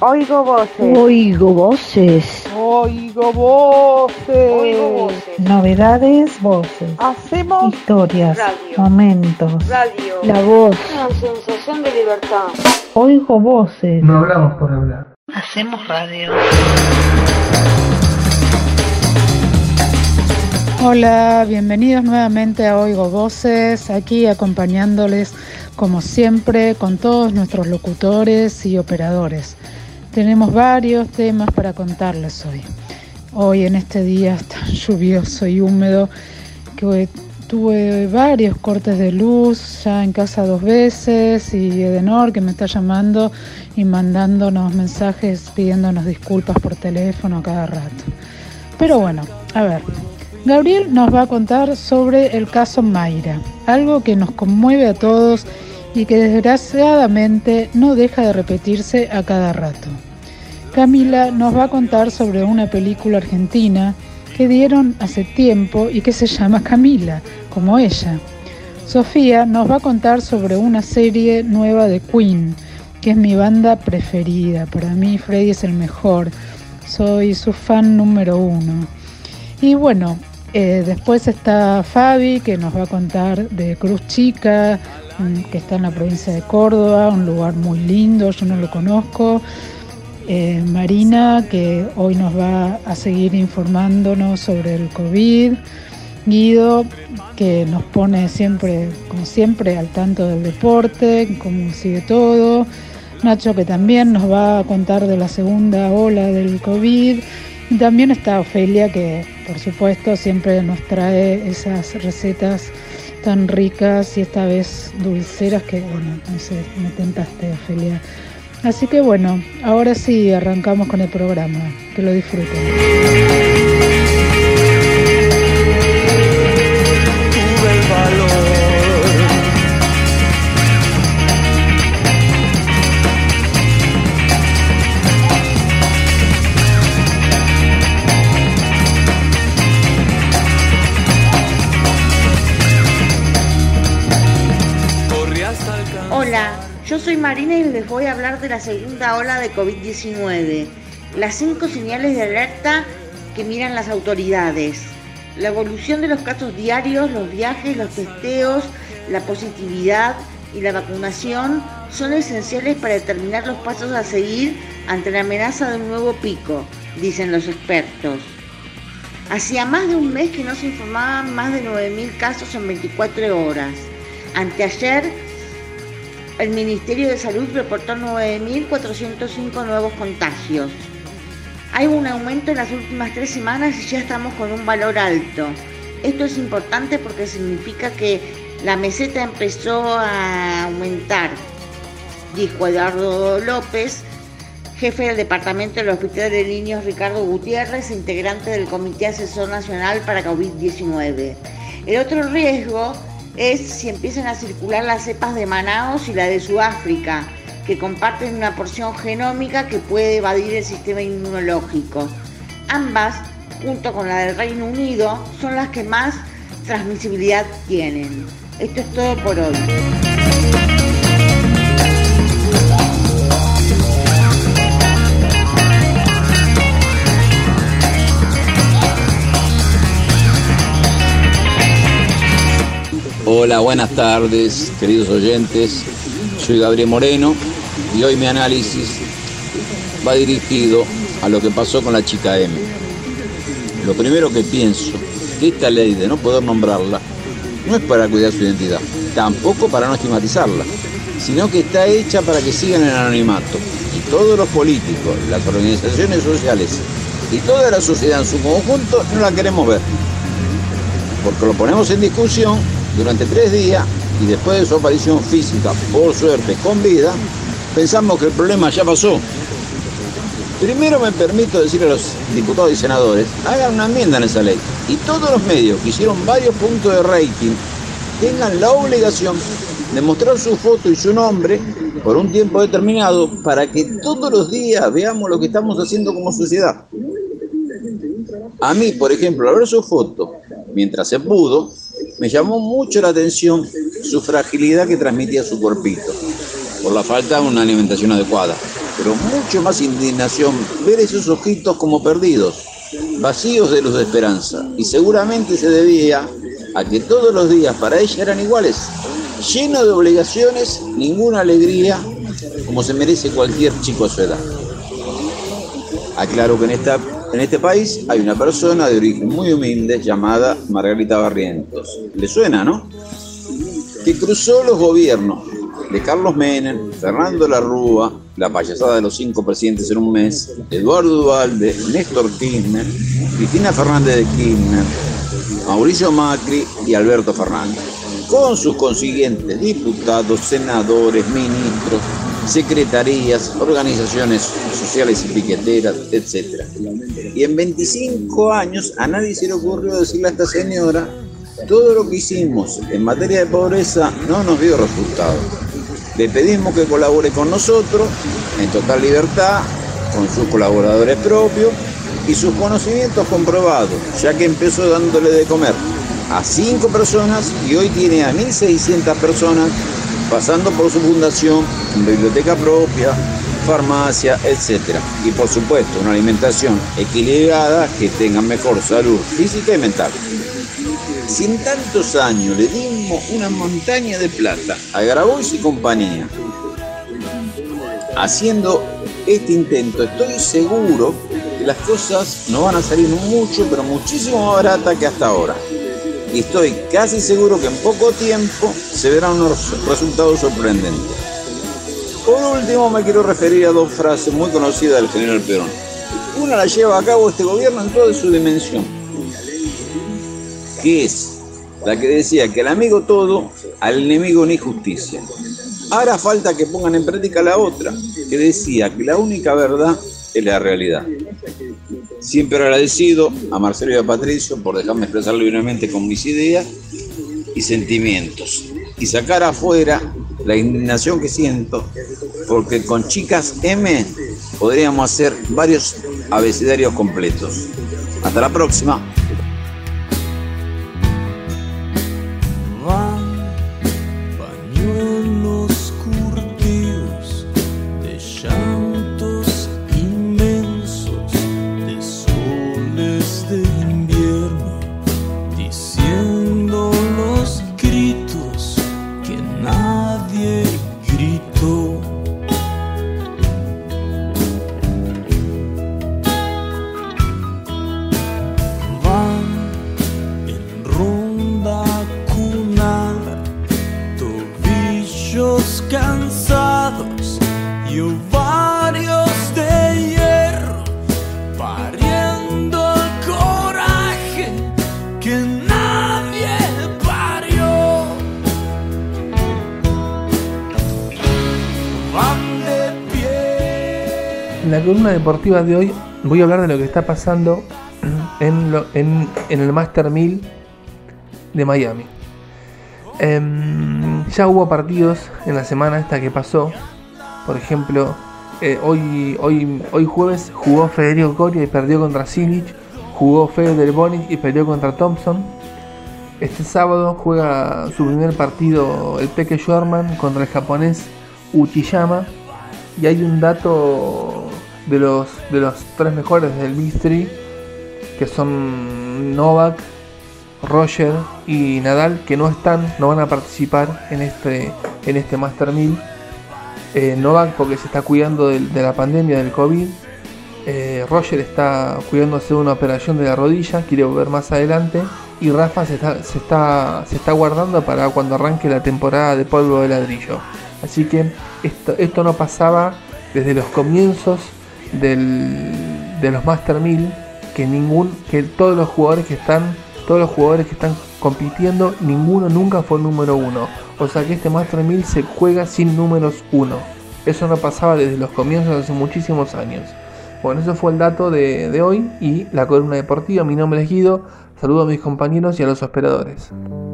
Oigo voces. Oigo voces. Oigo voces. Oigo voces. Novedades, voces. Hacemos historias, radio. Momentos. Radio. La voz. Una sensación de libertad. Oigo voces. No hablamos por hablar. Hacemos radio. Hola, bienvenidos nuevamente a Oigo Voces, aquí acompañándoles como siempre con todos nuestros locutores y operadores. Tenemos varios temas para contarles hoy. Hoy en este día tan lluvioso y húmedo que tuve varios cortes de luz ya en casa 2 veces y Edenor que me está llamando y mandándonos mensajes pidiéndonos disculpas por teléfono a cada rato. Pero bueno, a ver. Gabriel nos va a contar sobre el caso Mayra, algo que nos conmueve a todos y que desgraciadamente no deja de repetirse a cada rato. Camila nos va a contar sobre una película argentina que dieron hace tiempo y que se llama Camila, como ella. Sofía nos va a contar sobre una serie nueva de Queen, que es mi banda preferida. Para mí Freddie es el mejor, soy su fan número 1. Y bueno, después está Fabi, que nos va a contar de Cruz Chica, que está en la provincia de Córdoba, un lugar muy lindo, yo no lo conozco. Marina, que hoy nos va a seguir informándonos sobre el COVID. Guido, que nos pone siempre, como siempre, al tanto del deporte, cómo sigue todo. Nacho, que también nos va a contar de la segunda ola del COVID. Y también está Ofelia, que por supuesto siempre nos trae esas recetas tan ricas y esta vez dulceras que, bueno, no sé, me tentaste, Ofelia. Así que bueno, ahora sí arrancamos con el programa. Que lo disfruten. Hola, yo soy Marina y les voy a hablar de la segunda ola de COVID-19, las 5 señales de alerta que miran las autoridades, la evolución de los casos diarios, los viajes, los testeos, la positividad y la vacunación son esenciales para determinar los pasos a seguir ante la amenaza de un nuevo pico, dicen los expertos. Hacía más de un mes que no se informaban más de 9.000 casos en 24 horas. Anteayer, el Ministerio de Salud reportó 9.405 nuevos contagios. Hay un aumento en las últimas 3 semanas y ya estamos con un valor alto. Esto es importante porque significa que la meseta empezó a aumentar, dijo Eduardo López, jefe del Departamento del Hospital de Niños Ricardo Gutiérrez, integrante del Comité Asesor Nacional para COVID-19. El otro riesgo es si empiezan a circular las cepas de Manaos y la de Sudáfrica, que comparten una porción genómica que puede evadir el sistema inmunológico. Ambas, junto con la del Reino Unido, son las que más transmisibilidad tienen. Esto es todo por hoy. Hola, buenas tardes, queridos oyentes. Soy Gabriel Moreno y hoy mi análisis va dirigido a lo que pasó con la chica M. Lo primero que pienso, que esta ley de no poder nombrarla no es para cuidar su identidad, tampoco para no estigmatizarla, sino que está hecha para que sigan en el anonimato. Y todos los políticos, las organizaciones sociales y toda la sociedad en su conjunto no la queremos ver, porque lo ponemos en discusión durante 3 días y después de su aparición física, por suerte, con vida, pensamos que el problema ya pasó. Primero me permito decir a los diputados y senadores, hagan una enmienda en esa ley y todos los medios que hicieron varios puntos de rating tengan la obligación de mostrar su foto y su nombre por un tiempo determinado para que todos los días veamos lo que estamos haciendo como sociedad. A mí, por ejemplo, al ver su foto, mientras se pudo, me llamó mucho la atención su fragilidad que transmitía su cuerpito, por la falta de una alimentación adecuada. pero mucho más indignación ver esos ojitos como perdidos, vacíos de luz de esperanza, y seguramente se debía a que todos los días para ella eran iguales, llenos de obligaciones, ninguna alegría, como se merece cualquier chico a su edad. Aclaro que en este país hay una persona de origen muy humilde llamada Margarita Barrientos. ¿Le suena, no? Que cruzó los gobiernos de Carlos Menem, Fernando Larrúa, la payasada de los 5 presidentes en un mes, Eduardo Duhalde, Néstor Kirchner, Cristina Fernández de Kirchner, Mauricio Macri y Alberto Fernández, con sus consiguientes diputados, senadores, ministros, secretarías, organizaciones sociales y piqueteras, etc. Y en 25 años a nadie se le ocurrió decirle a esta señora: todo lo que hicimos en materia de pobreza no nos dio resultados. Le pedimos que colabore con nosotros en total libertad, con sus colaboradores propios y sus conocimientos comprobados, ya que empezó dándole de comer a 5 personas y hoy tiene a 1.600 personas, pasando por su fundación, biblioteca propia, farmacia, etc. Y por supuesto una alimentación equilibrada que tenga mejor salud física y mental. Si en tantos años le dimos una montaña de plata a Grabois y compañía, haciendo este intento, estoy seguro que las cosas no van a salir mucho, pero muchísimo más baratas que hasta ahora. Y estoy casi seguro que en poco tiempo se verán unos resultados sorprendentes. Por último, me quiero referir a 2 frases muy conocidas del general Perón. Una la lleva a cabo este gobierno en toda su dimensión, que es la que decía que al amigo todo, al enemigo ni justicia. Ahora falta que pongan en práctica la otra, que decía que la única verdad es la realidad. Siempre agradecido a Marcelo y a Patricio por dejarme expresar libremente con mis ideas y sentimientos y sacar afuera la indignación que siento, porque con Chicas M podríamos hacer varios abecedarios completos. Hasta la próxima. Cansados y ovarios de hierro, pariendo el coraje que nadie parió. Van de pie. En la columna deportiva de hoy voy a hablar de lo que está pasando en el Master 1000 de Miami. Ya hubo partidos en la semana esta que pasó. Por ejemplo, hoy jueves jugó Federico Coria y perdió contra Silic. Jugó Fede Del Boni y perdió contra Thompson. Este sábado juega su primer partido el Peque Schwarman contra el japonés Uchiyama. Y hay un dato de los 3 mejores del Big Three, que son Novak, Roger y Nadal, que no van a participar en este Master 1000. Novak porque se está cuidando de la pandemia del COVID. Roger está cuidándose de una operación de la rodilla, quiere volver más adelante. Y Rafa se está guardando para cuando arranque la temporada de polvo de ladrillo. Así que esto no pasaba desde los comienzos de los Master 1000, que todos los jugadores que están compitiendo, ninguno nunca fue el número 1. O sea que este Master 1000 se juega sin números 1. Eso no pasaba desde los comienzos hace muchísimos años. Bueno, eso fue el dato de hoy y la columna deportiva. Mi nombre es Guido. Saludo a mis compañeros y a los operadores.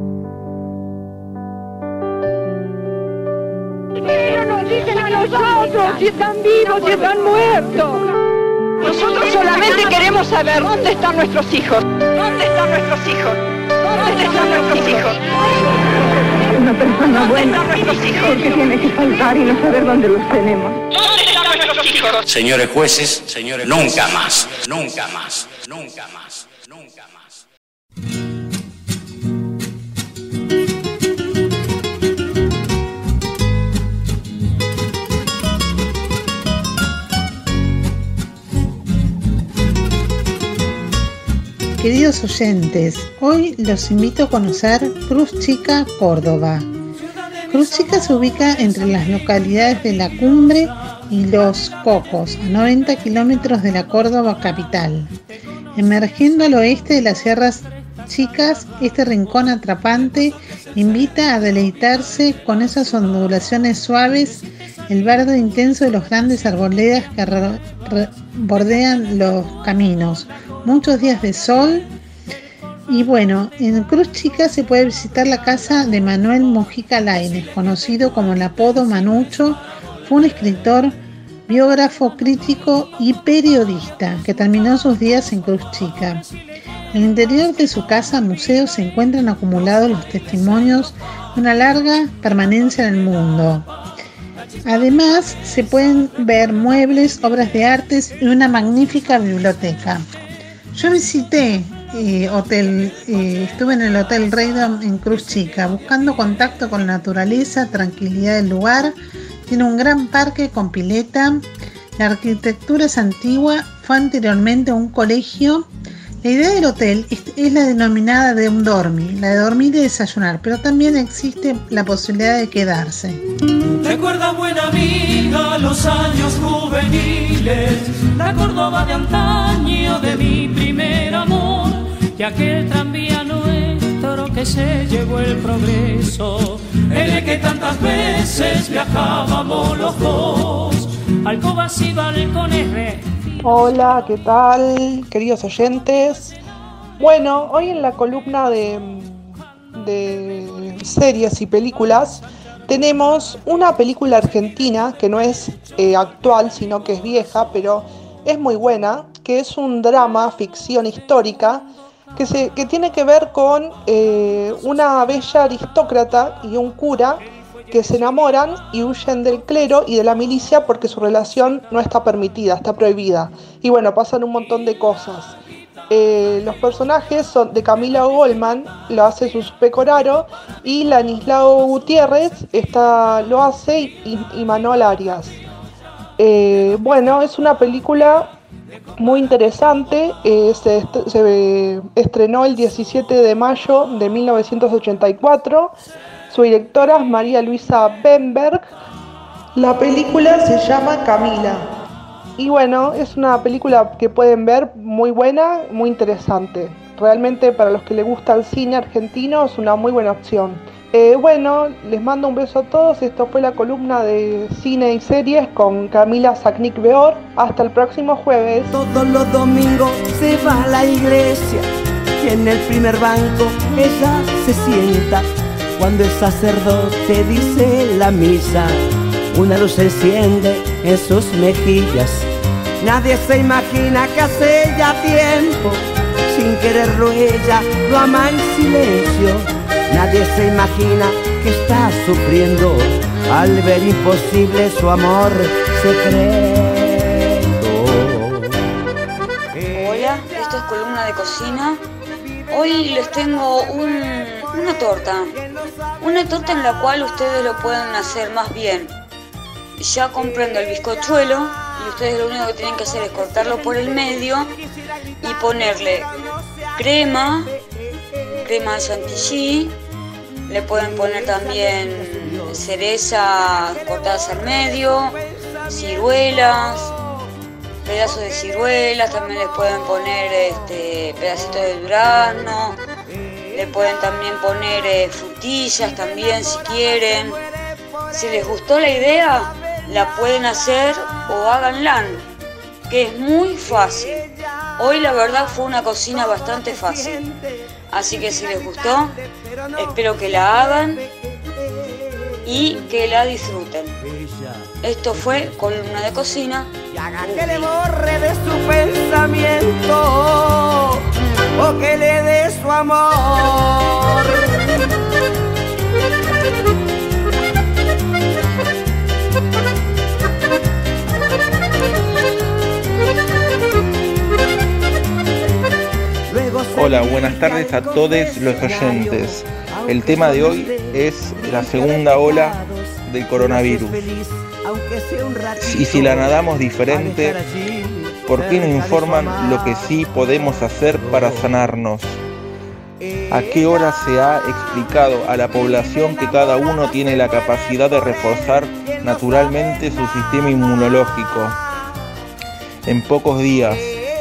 Pero nos dicen a nosotros si están vivos, si están muertos. Nosotros solamente queremos saber dónde están nuestros hijos. ¿Dónde están nuestros hijos? ¿Dónde están nuestros hijos? Una persona buena, porque tiene que faltar y no saber dónde los tenemos. ¿Dónde están nuestros hijos. Señores jueces, señores, nunca más, nunca más, nunca más, nunca más. Queridos oyentes, hoy los invito a conocer Cruz Chica, Córdoba. Cruz Chica se ubica entre las localidades de La Cumbre y Los Cocos, a 90 kilómetros de la Córdoba capital. Emergiendo al oeste de las Sierras Chicas, este rincón atrapante invita a deleitarse con esas ondulaciones suaves, el verde intenso de los grandes arboledas que bordean los caminos, muchos días de sol. Y bueno, en Cruz Chica se puede visitar la casa de Manuel Mujica Lainez, conocido como el apodo Manucho. Fue un escritor, biógrafo, crítico y periodista que terminó sus días en Cruz Chica. En el interior de su casa museo se encuentran acumulados los testimonios de una larga permanencia en el mundo. Además, se pueden ver muebles, obras de artes y una magnífica biblioteca. Yo visité estuve en el Hotel Reydon en Cruz Chica, buscando contacto con la naturaleza, tranquilidad del lugar. Tiene un gran parque con pileta. La arquitectura es antigua, fue anteriormente un colegio. La idea del hotel es la denominada de un dormi, la de dormir y desayunar, pero también existe la posibilidad de quedarse. Recuerda, buena amiga, los años juveniles, la Córdoba de antaño de mi primer amor, y aquel tranvía nuestro que se llevó el progreso, en el que tantas veces viajábamos los dos, alcobas y balcones. Hola, ¿qué tal, queridos oyentes? Bueno, hoy en la columna de series y películas tenemos una película argentina que no es actual, sino que es vieja, pero es muy buena, que es un drama, ficción histórica, que tiene que ver con una bella aristócrata y un cura que se enamoran y huyen del clero y de la milicia porque su relación no está permitida, está prohibida. Y bueno, pasan un montón de cosas. Los personajes son de Camila Goldman, lo hace Sus Pecoraro, y Lanislao Gutiérrez lo hace y Manuel Arias. Bueno, es una película muy interesante. Se estrenó el 17 de mayo de 1984. Su directora es María Luisa Bemberg. La película se llama Camila. Y bueno, es una película que pueden ver muy buena, muy interesante. Realmente para los que les gusta el cine argentino es una muy buena opción. Bueno, les mando un beso a todos. Esto fue la columna de cine y series con Camila Sacnik Beor. Hasta el próximo jueves. Todos los domingos se va a la iglesia y en el primer banco ella se sienta. Cuando el sacerdote dice la misa, una luz se enciende en sus mejillas. Nadie se imagina que hace ya tiempo, sin quererlo ella lo ama en silencio. Nadie se imagina que está sufriendo al ver imposible su amor secreto. Hola, esto es Columna de Cocina. Hoy les tengo una torta en la cual ustedes lo pueden hacer más bien. Ya comprendo el bizcochuelo y ustedes lo único que tienen que hacer es cortarlo por el medio y ponerle crema de chantilly, le pueden poner también cereza cortadas al medio, ciruelas, pedazos de ciruelas, también les pueden poner pedacitos de durazno, le pueden también poner frutillas también si quieren. Si les gustó la idea, la pueden hacer o háganla, que es muy fácil. Hoy la verdad fue una cocina bastante fácil, así que si les gustó, espero que la hagan y que la disfruten. Esto fue Columna de Cocina. Y haga que le borre de su pensamiento o que le dé su amor. Hola, buenas tardes a todos los oyentes. El tema de hoy es la segunda ola del coronavirus. Y si la nadamos diferente, ¿por qué no informan lo que sí podemos hacer para sanarnos? ¿A qué hora se ha explicado a la población que cada uno tiene la capacidad de reforzar naturalmente su sistema inmunológico? En pocos días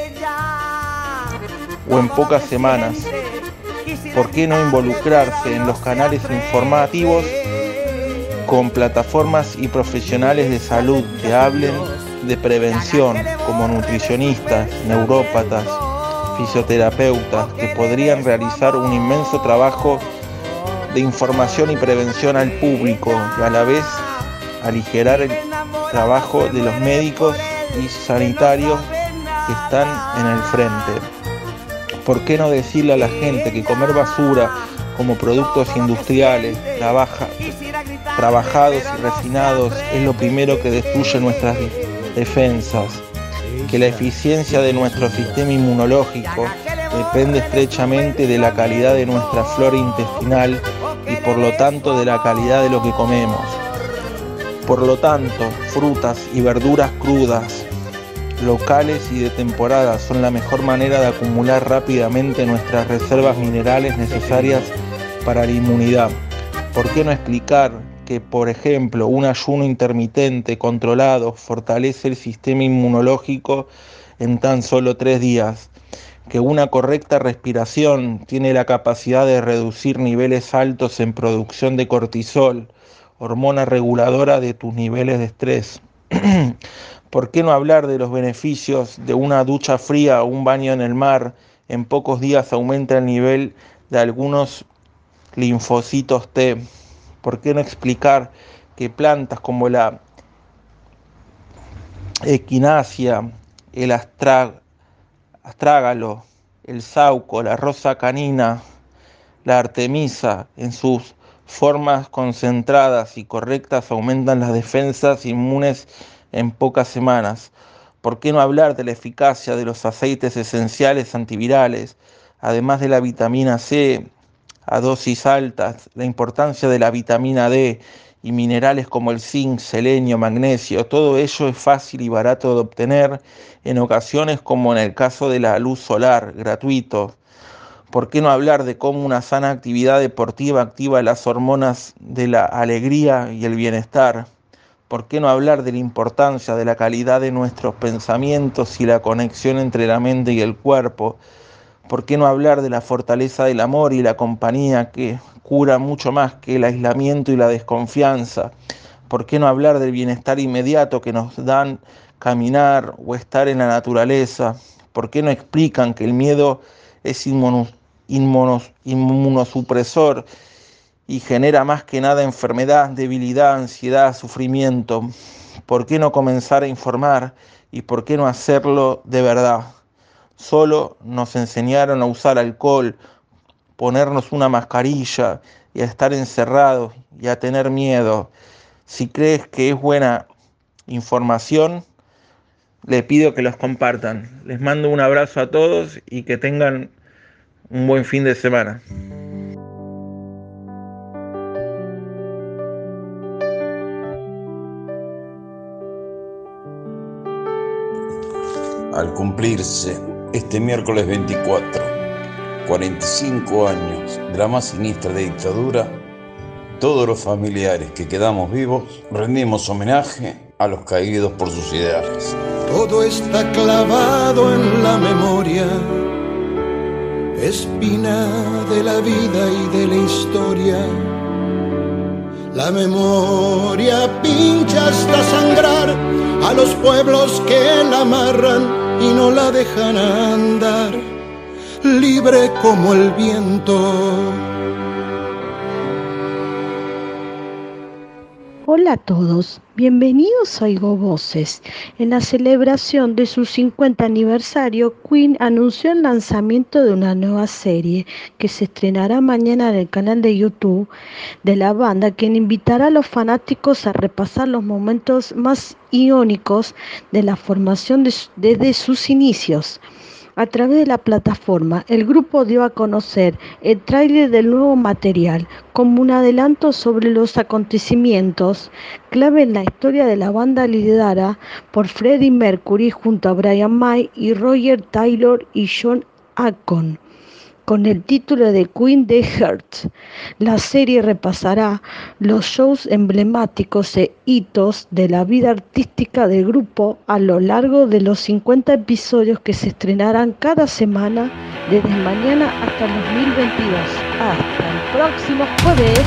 o en pocas semanas. ¿Por qué no involucrarse en los canales informativos con plataformas y profesionales de salud que hablen de prevención, como nutricionistas, neurópatas, fisioterapeutas, que podrían realizar un inmenso trabajo de información y prevención al público y a la vez aligerar el trabajo de los médicos y sanitarios que están en el frente? ¿Por qué no decirle a la gente que comer basura como productos industriales, trabajados y refinados es lo primero que destruye nuestras defensas? Que la eficiencia de nuestro sistema inmunológico depende estrechamente de la calidad de nuestra flora intestinal y por lo tanto de la calidad de lo que comemos. Por lo tanto, frutas y verduras crudas, locales y de temporada son la mejor manera de acumular rápidamente nuestras reservas minerales necesarias para la inmunidad. ¿Por qué no explicar que, por ejemplo, un ayuno intermitente controlado fortalece el sistema inmunológico en tan solo 3 días? Que una correcta respiración tiene la capacidad de reducir niveles altos en producción de cortisol, hormona reguladora de tus niveles de estrés. ¿Por qué no hablar de los beneficios de una ducha fría o un baño en el mar? En pocos días aumenta el nivel de algunos linfocitos T. ¿Por qué no explicar que plantas como la equinacia, el astrágalo, el sauco, la rosa canina, la artemisa, en sus formas concentradas y correctas aumentan las defensas inmunes en pocas semanas? ¿Por qué no hablar de la eficacia de los aceites esenciales antivirales, además de la vitamina C a dosis altas, la importancia de la vitamina D y minerales como el zinc, selenio, magnesio? Todo ello es fácil y barato de obtener, en ocasiones como en el caso de la luz solar, gratuito. ¿Por qué no hablar de cómo una sana actividad deportiva activa las hormonas de la alegría y el bienestar? ¿Por qué no hablar de la importancia de la calidad de nuestros pensamientos y la conexión entre la mente y el cuerpo? ¿Por qué no hablar de la fortaleza del amor y la compañía, que cura mucho más que el aislamiento y la desconfianza? ¿Por qué no hablar del bienestar inmediato que nos dan caminar o estar en la naturaleza? ¿Por qué no explican que el miedo es inmunosupresor y genera más que nada enfermedad, debilidad, ansiedad, sufrimiento? ¿Por qué no comenzar a informar y por qué no hacerlo de verdad? Solo nos enseñaron a usar alcohol, ponernos una mascarilla y a estar encerrados y a tener miedo. Si crees que es buena información, le pido que los compartan. Les mando un abrazo a todos y que tengan un buen fin de semana. Al cumplirse este miércoles 24, 45 años de la más siniestra dictadura, todos los familiares que quedamos vivos rendimos homenaje a los caídos por sus ideales. Todo está clavado en la memoria, espina de la vida y de la historia. La memoria pincha hasta sangrar a los pueblos que la amarran y no la dejan andar, libre como el viento. Hola a todos, bienvenidos a Oigo Voces. En la celebración de su 50 aniversario, Queen anunció el lanzamiento de una nueva serie que se estrenará mañana en el canal de YouTube de la banda, quien invitará a los fanáticos a repasar los momentos más icónicos de la formación desde sus inicios. A través de la plataforma, el grupo dio a conocer el tráiler del nuevo material como un adelanto sobre los acontecimientos clave en la historia de la banda liderada por Freddie Mercury junto a Brian May y Roger Taylor y John Deacon, con el título de Queen the Heart. La serie repasará los shows emblemáticos e hitos de la vida artística del grupo a lo largo de los 50 episodios que se estrenarán cada semana desde mañana hasta el 2022. Hasta el próximo jueves.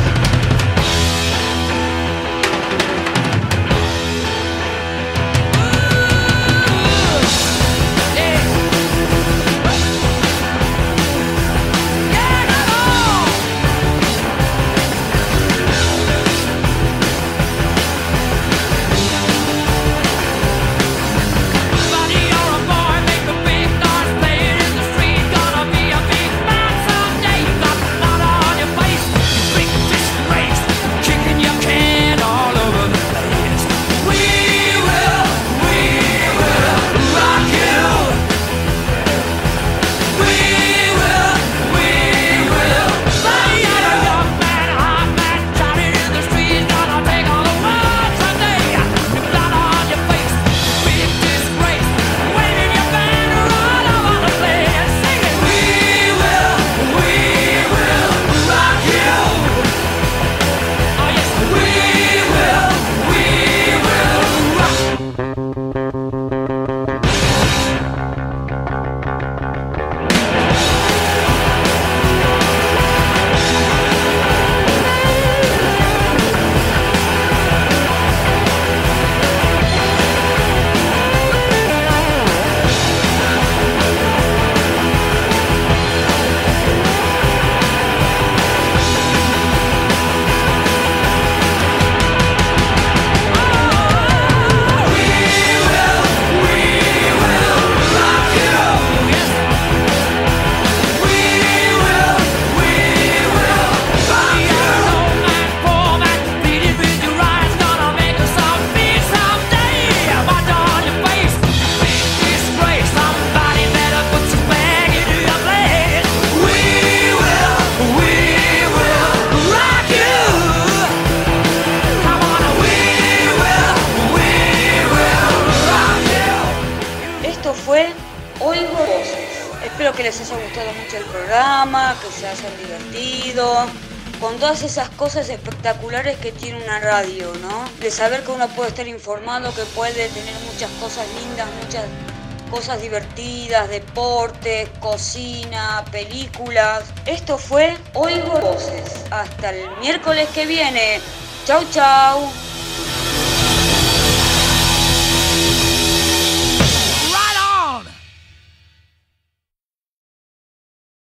Espero que les haya gustado mucho el programa, que se hayan divertido, con todas esas cosas espectaculares que tiene una radio, ¿no? De saber que uno puede estar informado, que puede tener muchas cosas lindas, muchas cosas divertidas, deportes, cocina, películas. Esto fue Oigo Voces. Hasta el miércoles que viene. Chau, chau.